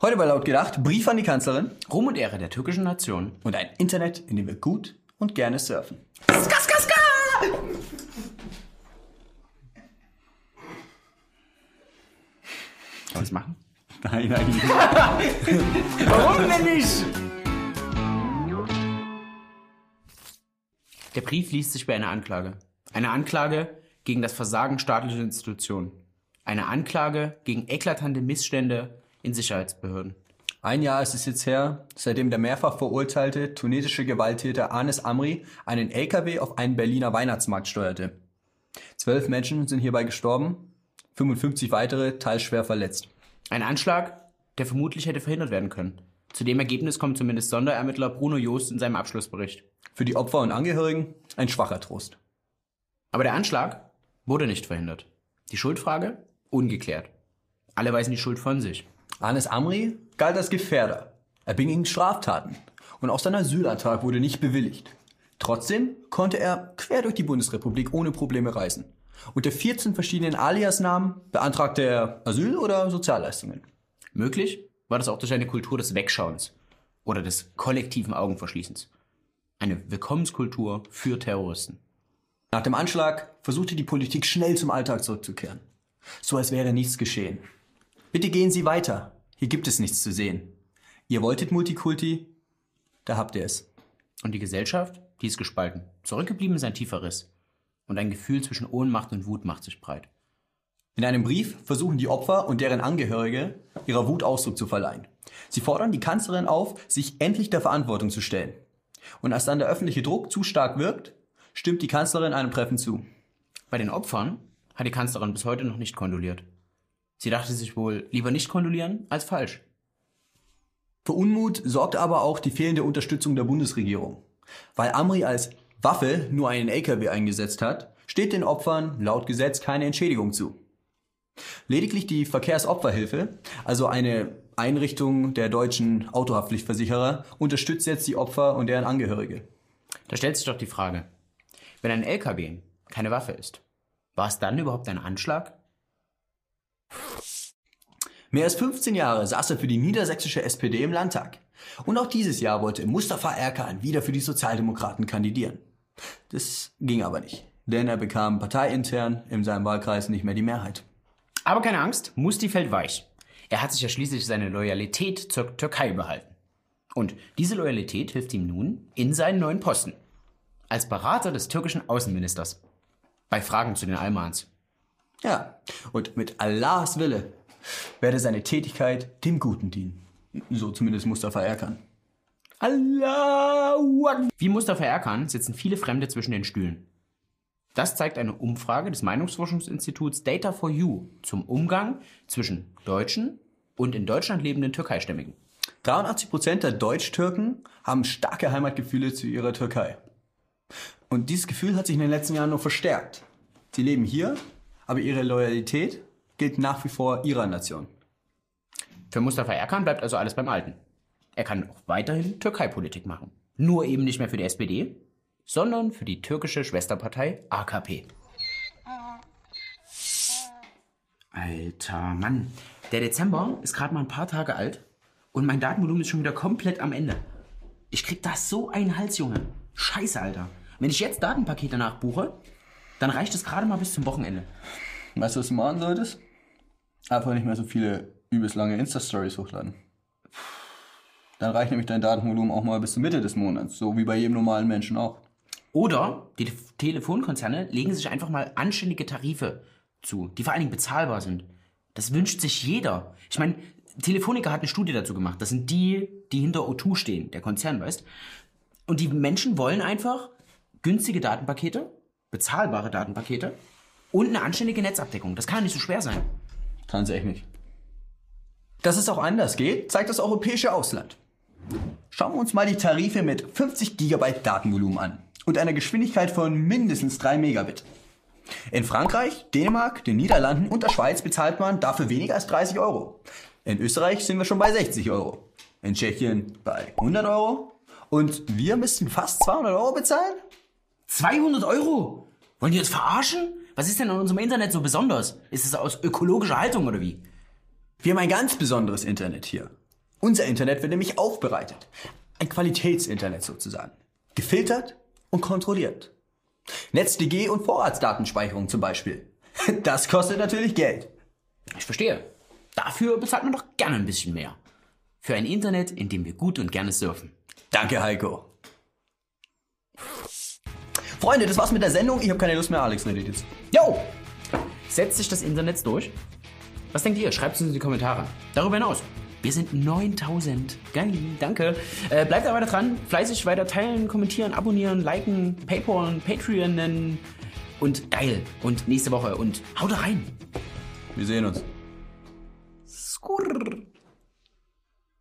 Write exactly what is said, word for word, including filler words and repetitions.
Heute bei Laut gedacht, Brief an die Kanzlerin. Ruhm und Ehre der türkischen Nation. Und ein Internet, in dem wir gut und gerne surfen. Ska, ska, ska! Kann man das machen? Nein, eigentlich nicht. Warum denn nicht? Der Brief liest sich wie eine Anklage. Eine Anklage gegen das Versagen staatlicher Institutionen. Eine Anklage gegen eklatante Missstände in Sicherheitsbehörden. Ein Jahr ist es jetzt her, seitdem der mehrfach verurteilte tunesische Gewalttäter Anis Amri einen L K W auf einen Berliner Weihnachtsmarkt steuerte. Zwölf Menschen sind hierbei gestorben, fünfundfünfzig weitere teils schwer verletzt. Ein Anschlag, der vermutlich hätte verhindert werden können. Zu dem Ergebnis kommt zumindest Sonderermittler Bruno Joost in seinem Abschlussbericht. Für die Opfer und Angehörigen ein schwacher Trost. Aber der Anschlag wurde nicht verhindert. Die Schuldfrage? Ungeklärt. Alle weisen die Schuld von sich. Anis Amri galt als Gefährder. Er beging Straftaten. Und auch sein Asylantrag wurde nicht bewilligt. Trotzdem konnte er quer durch die Bundesrepublik ohne Probleme reisen. Unter vierzehn verschiedenen Aliasnamen beantragte er Asyl oder Sozialleistungen. Möglich war das auch durch eine Kultur des Wegschauens oder des kollektiven Augenverschließens. Eine Willkommenskultur für Terroristen. Nach dem Anschlag versuchte die Politik schnell zum Alltag zurückzukehren. So als wäre nichts geschehen. Bitte gehen Sie weiter. Hier gibt es nichts zu sehen. Ihr wolltet Multikulti, da habt ihr es. Und die Gesellschaft, die ist gespalten. Zurückgeblieben ist ein tiefer Riss. Und ein Gefühl zwischen Ohnmacht und Wut macht sich breit. In einem Brief versuchen die Opfer und deren Angehörige, ihrer Wut Ausdruck zu verleihen. Sie fordern die Kanzlerin auf, sich endlich der Verantwortung zu stellen. Und als dann der öffentliche Druck zu stark wirkt, stimmt die Kanzlerin einem Treffen zu. Bei den Opfern hat die Kanzlerin bis heute noch nicht kondoliert. Sie dachte sich wohl, lieber nicht kondolieren als falsch. Für Unmut sorgt aber auch die fehlende Unterstützung der Bundesregierung. Weil Amri als Waffe nur einen L K W eingesetzt hat, steht den Opfern laut Gesetz keine Entschädigung zu. Lediglich die Verkehrsopferhilfe, also eine Einrichtung der deutschen Autohaftpflichtversicherer, unterstützt jetzt die Opfer und deren Angehörige. Da stellt sich doch die Frage, wenn ein L K W keine Waffe ist, war es dann überhaupt ein Anschlag? Mehr als fünfzehn Jahre saß er für die niedersächsische S P D im Landtag. Und auch dieses Jahr wollte Mustafa Erkan wieder für die Sozialdemokraten kandidieren. Das ging aber nicht, denn er bekam parteiintern in seinem Wahlkreis nicht mehr die Mehrheit. Aber keine Angst, Musti fällt weich. Er hat sich ja schließlich seine Loyalität zur Türkei behalten. Und diese Loyalität hilft ihm nun in seinen neuen Posten. Als Berater des türkischen Außenministers. Bei Fragen zu den Almans. Ja, und mit Allahs Wille werde seine Tätigkeit dem Guten dienen. So zumindest Mustafa Erkan. Allahu Akbar. Wie Mustafa Erkan sitzen viele Fremde zwischen den Stühlen. Das zeigt eine Umfrage des Meinungsforschungsinstituts Data for You zum Umgang zwischen Deutschen und in Deutschland lebenden Türkeistämmigen. dreiundachtzig Prozent der Deutsch-Türken haben starke Heimatgefühle zu ihrer Türkei. Und dieses Gefühl hat sich in den letzten Jahren noch verstärkt. Sie leben hier, aber ihre Loyalität gilt nach wie vor ihrer Nation. Für Mustafa Erkan bleibt also alles beim Alten. Er kann auch weiterhin Türkei-Politik machen. Nur eben nicht mehr für die S P D, sondern für die türkische Schwesterpartei A K P. Alter Mann, der Dezember ist gerade mal ein paar Tage alt und mein Datenvolumen ist schon wieder komplett am Ende. Ich krieg da so einen Hals, Junge. Scheiße, Alter. Wenn ich jetzt Datenpakete nachbuche, dann reicht es gerade mal bis zum Wochenende. Weißt du, was du machen solltest? Einfach nicht mehr so viele übelst lange Insta-Stories hochladen. Dann reicht nämlich dein Datenvolumen auch mal bis zur Mitte des Monats, so wie bei jedem normalen Menschen auch. Oder die Telefonkonzerne legen sich einfach mal anständige Tarife zu, die vor allen Dingen bezahlbar sind. Das wünscht sich jeder. Ich meine, Telefonica hat eine Studie dazu gemacht. Das sind die, die hinter O zwei stehen, der Konzern, weißt. Und die Menschen wollen einfach günstige Datenpakete, bezahlbare Datenpakete und eine anständige Netzabdeckung. Das kann nicht so schwer sein. Kann es echt nicht. Dass es auch anders geht, zeigt das europäische Ausland. Schauen wir uns mal die Tarife mit fünfzig Gigabyte Datenvolumen an und einer Geschwindigkeit von mindestens drei Megabit. In Frankreich, Dänemark, den Niederlanden und der Schweiz bezahlt man dafür weniger als dreißig Euro. In Österreich sind wir schon bei sechzig Euro. In Tschechien bei hundert Euro. Und wir müssen fast zweihundert Euro bezahlen? zweihundert Euro? Wollen die uns verarschen? Was ist denn an unserem Internet so besonders? Ist es aus ökologischer Haltung oder wie? Wir haben ein ganz besonderes Internet hier. Unser Internet wird nämlich aufbereitet. Ein Qualitätsinternet sozusagen. Gefiltert und kontrolliert. NetzDG und Vorratsdatenspeicherung zum Beispiel. Das kostet natürlich Geld. Ich verstehe. Dafür bezahlt man doch gerne ein bisschen mehr. Für ein Internet, in dem wir gut und gerne surfen. Danke, Heiko. Freunde, das war's mit der Sendung. Ich habe keine Lust mehr, Alex redet jetzt. Yo! Setzt sich das Internet durch? Was denkt ihr? Schreibt es uns in die Kommentare. Darüber hinaus, wir sind neuntausend. Geil, danke. Äh, bleibt da weiter dran. Fleißig weiter teilen, kommentieren, abonnieren, liken, Paypal, Patreon und geil. Und nächste Woche und haut rein. Wir sehen uns. Skurr.